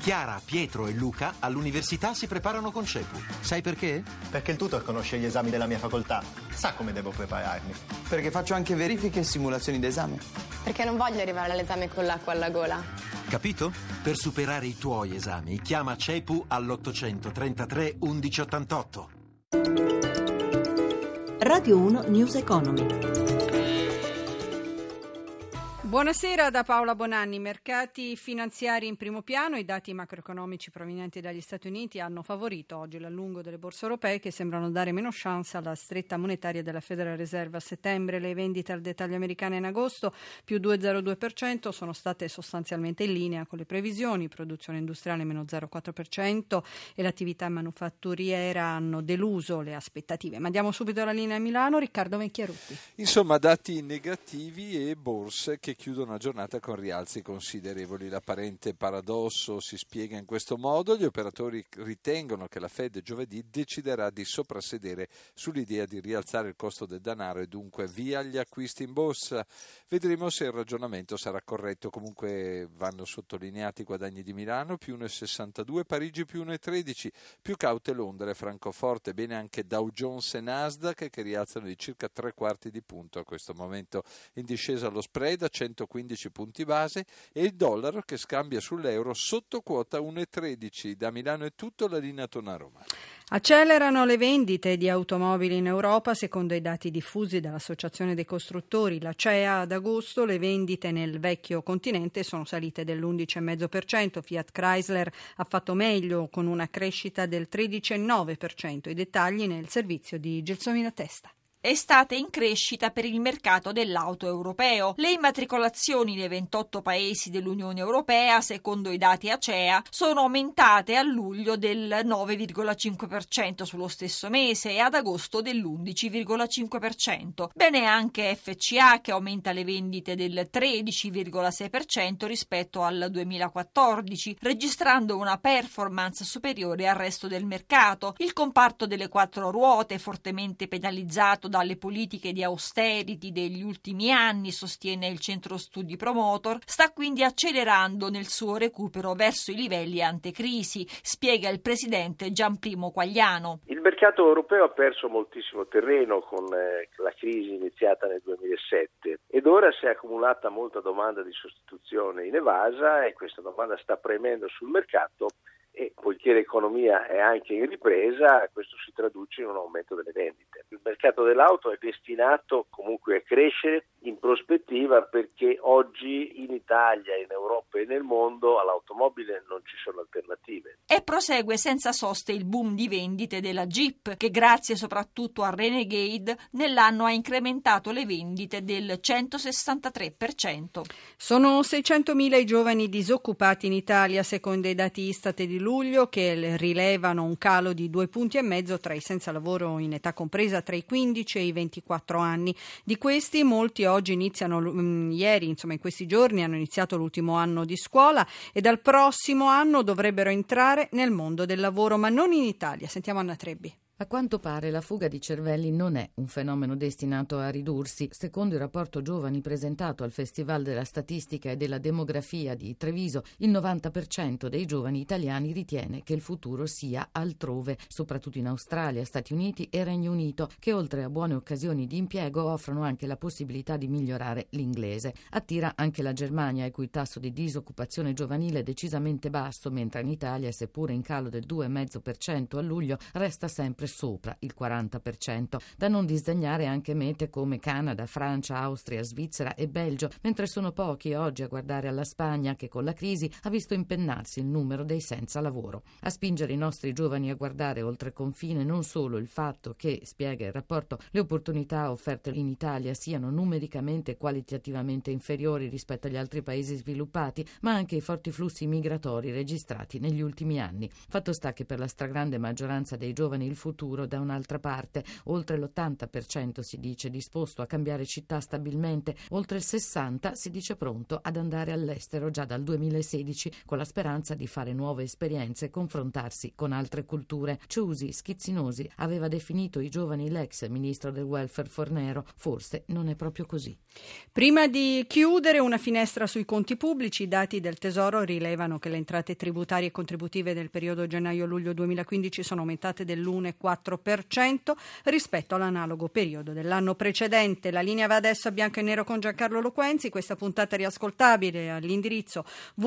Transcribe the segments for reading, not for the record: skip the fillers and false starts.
Chiara, Pietro e Luca all'università si preparano con CEPU. Sai perché? Perché il tutor conosce gli esami della mia facoltà. Sa come devo prepararmi. Perché faccio anche verifiche e simulazioni d'esame. Perché non voglio arrivare all'esame con l'acqua alla gola. Capito? Per superare i tuoi esami, chiama CEPU all'833 1188. Radio 1 News Economy. Buonasera da Paola Bonanni. Mercati finanziari in primo piano. I dati macroeconomici provenienti dagli Stati Uniti hanno favorito oggi l'allungo delle borse europee, che sembrano dare meno chance alla stretta monetaria della Federal Reserve. A settembre le vendite al dettaglio americane in agosto più 2,02% sono state sostanzialmente in linea con le previsioni. Produzione industriale meno 0,4% e l'attività manufatturiera hanno deluso le aspettative. Ma andiamo subito alla linea a Milano. Riccardo Venchiarutti. Insomma, dati negativi e borse che chiudono la giornata con rialzi considerevoli. L'apparente paradosso si spiega in questo modo: gli operatori ritengono che la Fed giovedì deciderà di soprassedere sull'idea di rialzare il costo del denaro e dunque via gli acquisti in borsa. Vedremo se il ragionamento sarà corretto. Comunque vanno sottolineati i guadagni di Milano, più 1,62, Parigi più 1,13, più caute Londra e Francoforte. Bene anche Dow Jones e Nasdaq, che rialzano di circa 3/4 di punto a questo momento. In discesa lo spread a 115 punti base e il dollaro che scambia sull'euro sotto quota 1,13. Da Milano è tutto, la linea torna a Roma. Accelerano le vendite di automobili in Europa. Secondo i dati diffusi dall'Associazione dei Costruttori, la CEA, ad agosto le vendite nel vecchio continente sono salite dell'11,5%. Fiat Chrysler ha fatto meglio con una crescita del 13,9%. I dettagli nel servizio di Gelsomina Testa. Estate in crescita per il mercato dell'auto europeo. Le immatricolazioni nei 28 paesi dell'Unione Europea, secondo i dati ACEA, sono aumentate a luglio del 9,5% sullo stesso mese e ad agosto dell'11,5%. Bene anche FCA, che aumenta le vendite del 13,6% rispetto al 2014, registrando una performance superiore al resto del mercato. Il comparto delle quattro ruote, fortemente penalizzato dalle politiche di austerity degli ultimi anni, sostiene il centro studi Promotor, sta quindi accelerando nel suo recupero verso i livelli antecrisi, spiega il presidente Gianprimo Quagliano. Il mercato europeo ha perso moltissimo terreno con la crisi iniziata nel 2007 ed ora si è accumulata molta domanda di sostituzione in evasa e questa domanda sta premendo sul mercato. E poiché l'economia è anche in ripresa, questo si traduce in un aumento delle vendite. Il mercato dell'auto è destinato comunque a crescere in prospettiva, perché oggi in Italia, in Europa e nel mondo all'automobile non ci sono alternative. E prosegue senza soste il boom di vendite della Jeep, che grazie soprattutto a Renegade nell'anno ha incrementato le vendite del 163%. Sono 600.000 i giovani disoccupati in Italia, secondo i dati Istat di luglio, che rilevano un calo di 2,5 punti tra i senza lavoro in età compresa tra i 15 e i 24 anni. Di questi molti oggi iniziano in questi giorni hanno iniziato l'ultimo anno di scuola e dal prossimo anno dovrebbero entrare nel mondo del lavoro, ma non in Italia. Sentiamo Anna Trebbi. A quanto pare la fuga di cervelli non è un fenomeno destinato a ridursi. Secondo il rapporto Giovani presentato al Festival della Statistica e della Demografia di Treviso, il 90% dei giovani italiani ritiene che il futuro sia altrove, soprattutto in Australia, Stati Uniti e Regno Unito, che oltre a buone occasioni di impiego offrono anche la possibilità di migliorare l'inglese. Attira anche la Germania, il cui tasso di disoccupazione giovanile è decisamente basso, mentre in Italia, seppure in calo del 2,5% a luglio, resta sempre sopra il 40%. Da non disdegnare anche mete come Canada, Francia, Austria, Svizzera e Belgio, mentre sono pochi oggi a guardare alla Spagna, che con la crisi ha visto impennarsi il numero dei senza lavoro. A spingere i nostri giovani a guardare oltre confine non solo il fatto che, spiega il rapporto, le opportunità offerte in Italia siano numericamente e qualitativamente inferiori rispetto agli altri paesi sviluppati, ma anche i forti flussi migratori registrati negli ultimi anni. Fatto sta che per la stragrande maggioranza dei giovani il futuro futuro da un'altra parte. Oltre l'80% si dice disposto a cambiare città stabilmente, oltre il 60% si dice pronto ad andare all'estero già dal 2016, con la speranza di fare nuove esperienze e confrontarsi con altre culture. Ciusi, schizzinosi, aveva definito i giovani l'ex ministro del welfare Fornero. Forse non è proprio così. Prima di chiudere, una finestra sui conti pubblici. I dati del Tesoro rilevano che le entrate tributarie e contributive nel periodo gennaio-luglio 2015 sono aumentate dell'1,4% rispetto all'analogo periodo dell'anno precedente. La linea va adesso a bianco e nero con Giancarlo Loquenzi. Questa puntata è riascoltabile all'indirizzo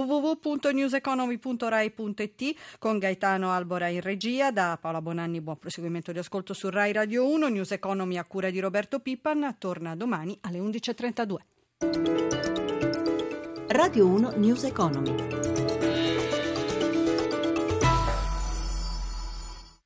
www.newseconomy.rai.it con Gaetano Albora in regia. Da Paola Bonanni buon proseguimento di ascolto su Rai Radio 1. News Economy a cura di Roberto Pippan torna domani alle 11:32. Radio 1 News Economy.